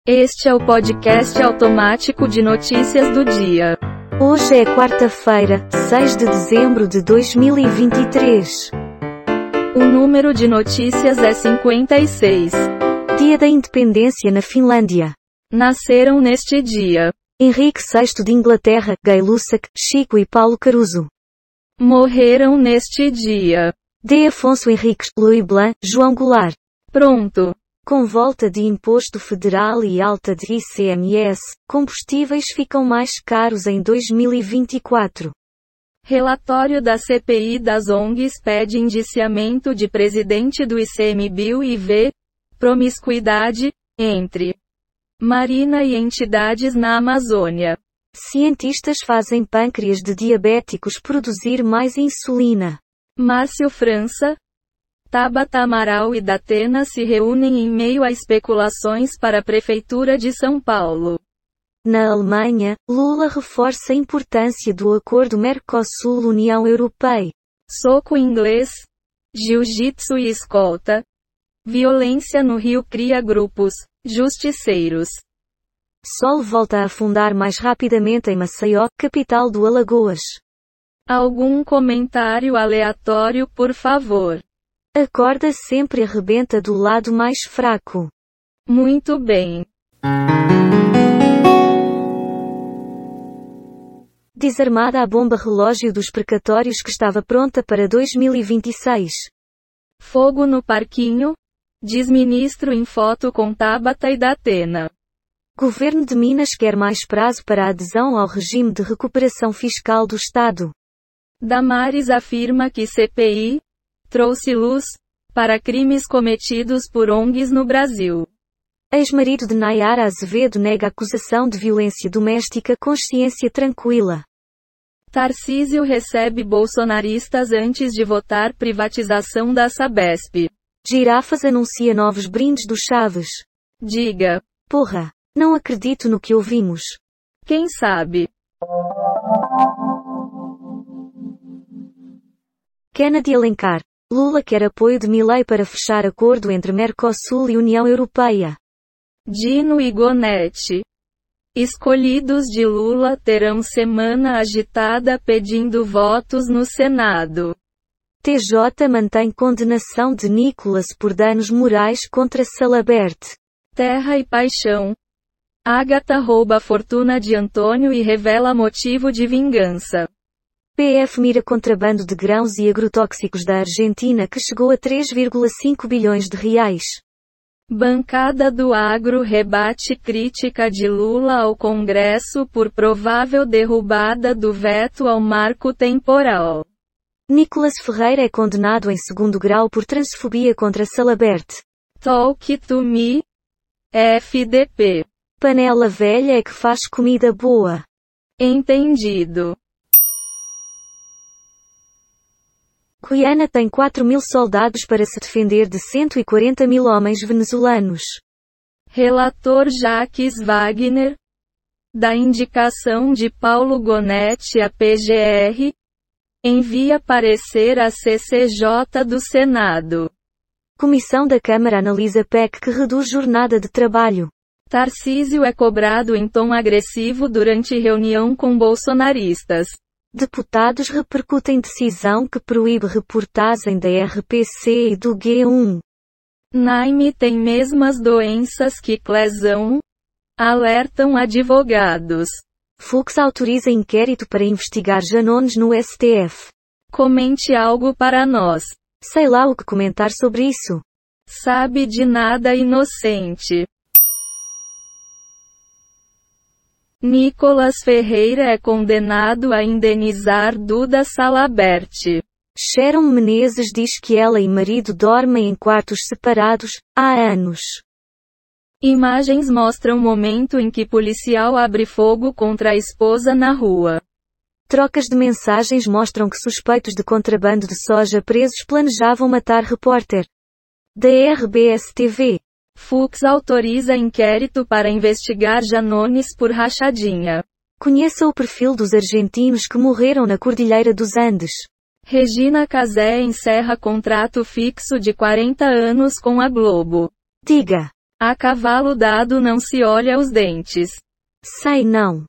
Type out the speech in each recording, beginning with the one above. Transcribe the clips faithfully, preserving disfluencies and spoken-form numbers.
Este é o podcast automático de notícias do dia. Hoje é quarta-feira, seis de dezembro de dois mil e vinte e três. O número de notícias é cinquenta e seis. Dia da Independência na Finlândia. Nasceram neste dia Henrique sexto de Inglaterra, Gay Lussac, Chico e Paulo Caruso. Morreram neste dia D. Afonso Henriques, Louis Blanc, João Goulart. Pronto. Com volta de imposto federal e alta de I C M S, combustíveis ficam mais caros em dois mil e vinte e quatro. Relatório da C P I das O N Gs pede indiciamento de presidente do ICMBio e vê promiscuidade entre Marina e entidades na Amazônia. Cientistas fazem pâncreas de diabéticos produzir mais insulina. Márcio França, Tabata Amaral e Datena se reúnem em meio a especulações para a Prefeitura de São Paulo. Na Alemanha, Lula reforça a importância do acordo Mercosul-União Europeia. Soco inglês, jiu-jitsu e escolta. Violência no Rio cria grupos justiceiros. Sol volta a afundar mais rapidamente em Maceió, capital do Alagoas. Algum comentário aleatório, por favor. A corda sempre arrebenta do lado mais fraco. Muito bem. Desarmada a bomba relógio dos precatórios que estava pronta para dois mil e vinte e seis. Fogo no parquinho? Diz ministro em foto com Tabata e Datena. Governo de Minas quer mais prazo para a adesão ao regime de recuperação fiscal do Estado. Damares afirma que C P I trouxe luz para crimes cometidos por O N Gs no Brasil. Ex-marido de Nayara Azevedo nega acusação de violência doméstica, consciência tranquila. Tarcísio recebe bolsonaristas antes de votar privatização da Sabesp. Girafas anuncia novos brindes do Chaves. Diga. Porra, não acredito no que ouvimos. Quem sabe? Kennedy Alencar. Lula quer apoio de Milei para fechar acordo entre Mercosul e União Europeia. Dino e Gonete. Escolhidos de Lula terão semana agitada pedindo votos no Senado. T J mantém condenação de Nicolas por danos morais contra Salabert. Terra e paixão. Ágata rouba a fortuna de Antônio e revela motivo de vingança. P F mira contrabando de grãos e agrotóxicos da Argentina que chegou a três vírgula cinco bilhões de reais. Bancada do Agro rebate crítica de Lula ao Congresso por provável derrubada do veto ao marco temporal. Nicolas Ferreira é condenado em segundo grau por transfobia contra Salabert. Talk to me. F D P. Panela velha é que faz comida boa. Entendido. Guiana tem quatro mil soldados para se defender de cento e quarenta mil homens venezuelanos. Relator Jacques Wagner. Da indicação de Paulo Gonete à P G R. Envia parecer à C C J do Senado. Comissão da Câmara analisa P E C que reduz jornada de trabalho. Tarcísio é cobrado em tom agressivo durante reunião com bolsonaristas. Deputados repercutem decisão que proíbe reportagem da R P C e do G um. Naime tem mesmas doenças que Clesão? Alertam advogados. Fux autoriza inquérito para investigar Janones no S T F. Comente algo para nós. Sei lá o que comentar sobre isso. Sabe de nada inocente. Nicolas Ferreira é condenado a indenizar Duda Salabert. Sharon Menezes diz que ela e marido dormem em quartos separados, há anos. Imagens mostram momento em que policial abre fogo contra a esposa na rua. Trocas de mensagens mostram que suspeitos de contrabando de soja presos planejavam matar repórter da R B S T V. Fux autoriza inquérito para investigar Janones por rachadinha. Conheça o perfil dos argentinos que morreram na Cordilheira dos Andes. Regina Casé encerra contrato fixo de quarenta anos com a Globo. Diga. A cavalo dado não se olha os dentes. Sei não.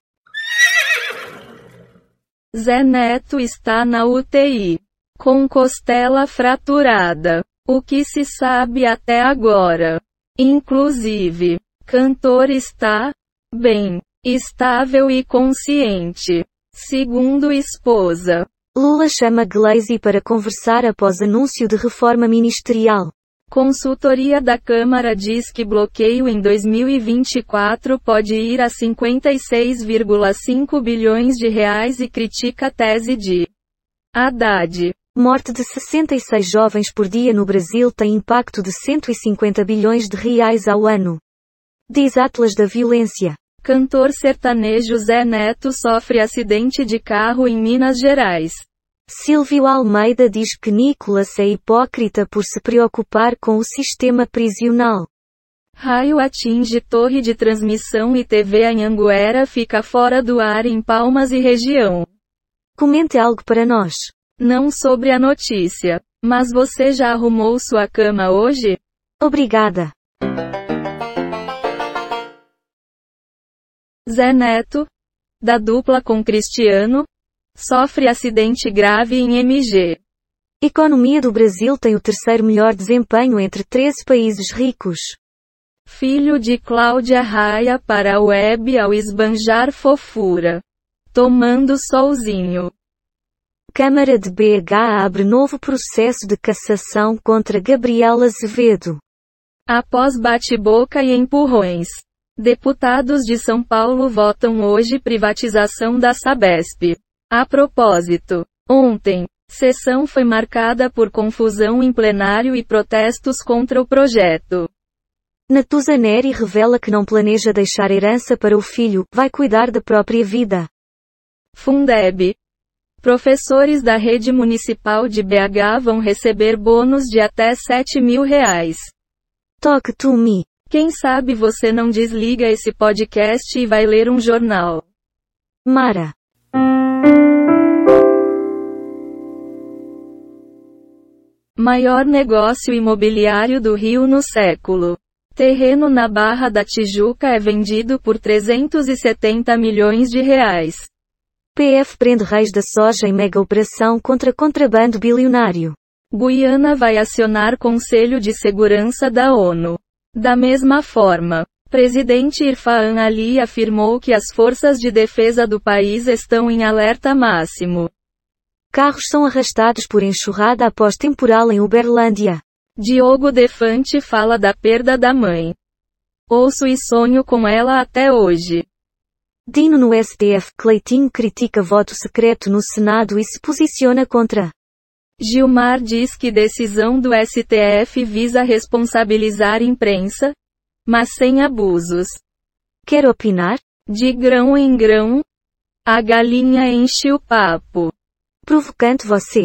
Zé Neto está na U T I. Com costela fraturada. O que se sabe até agora? Inclusive, cantor está bem, estável e consciente. Segundo esposa. Lula chama Gleisi para conversar após anúncio de reforma ministerial. Consultoria da Câmara diz que bloqueio em dois mil e vinte e quatro pode ir a cinquenta e seis vírgula cinco bilhões de reais e critica a tese de Haddad. Morte de sessenta e seis jovens por dia no Brasil tem impacto de cento e cinquenta bilhões de reais ao ano. Diz Atlas da Violência. Cantor sertanejo Zé Neto sofre acidente de carro em Minas Gerais. Silvio Almeida diz que Nicolas é hipócrita por se preocupar com o sistema prisional. Raio atinge torre de transmissão e T V Anhanguera fica fora do ar em Palmas e região. Comente algo para nós. Não sobre a notícia. Mas você já arrumou sua cama hoje? Obrigada. Zé Neto, da dupla com Cristiano, sofre acidente grave em M G. Economia do Brasil tem o terceiro melhor desempenho entre treze países ricos. Filho de Cláudia Raia para a web ao esbanjar fofura. Tomando solzinho. Câmara de B H abre novo processo de cassação contra Gabriela Azevedo. Após bate-boca e empurrões. Deputados de São Paulo votam hoje privatização da Sabesp. A propósito, ontem, sessão foi marcada por confusão em plenário e protestos contra o projeto. Natuza Neri revela que não planeja deixar herança para o filho, vai cuidar da própria vida. Fundeb. Professores da rede municipal de B H vão receber bônus de até sete mil reais. Talk to me. Quem sabe você não desliga esse podcast e vai ler um jornal. Mara. Maior negócio imobiliário do Rio no século. Terreno na Barra da Tijuca é vendido por trezentos e setenta milhões de reais. P F prende reis da soja em mega operação contra contrabando bilionário. Guiana vai acionar Conselho de Segurança da ONU. Da mesma forma, presidente Irfaan Ali afirmou que as forças de defesa do país estão em alerta máximo. Carros são arrastados por enxurrada após temporal em Uberlândia. Diogo Defante fala da perda da mãe. Ouço e sonho com ela até hoje. Dino no S T F, Cleitinho critica voto secreto no Senado e se posiciona contra. Gilmar diz que decisão do S T F visa responsabilizar imprensa, mas sem abusos. Quer opinar? De grão em grão, a galinha enche o papo. Provocante você.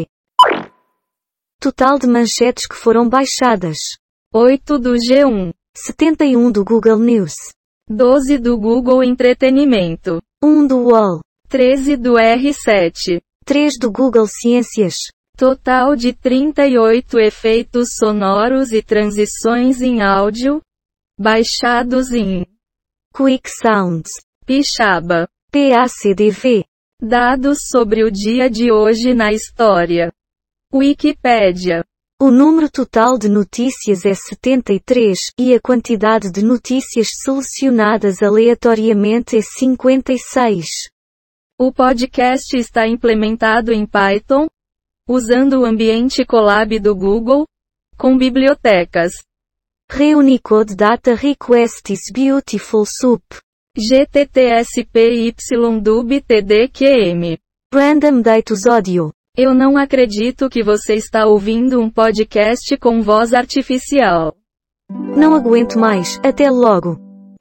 Total de manchetes que foram baixadas. oito do G um. setenta e um do Google News. doze do Google Entretenimento. um do U O L. treze do R sete. três do Google Ciências. Total de trinta e oito efeitos sonoros e transições em áudio, baixados em Quick Sounds. Pixaba. P A C D V. Dados sobre o dia de hoje na história. Wikipédia. O número total de notícias é setenta e três, e a quantidade de notícias selecionadas aleatoriamente é cinquenta e seis. O podcast está implementado em Python, usando o ambiente Colab do Google, com bibliotecas Reunicode Data Requests Beautiful Soup. G T T S P Y Dub T D Q M. Random Datus Audio. Eu não acredito que você está ouvindo um podcast com voz artificial. Não aguento mais, até logo.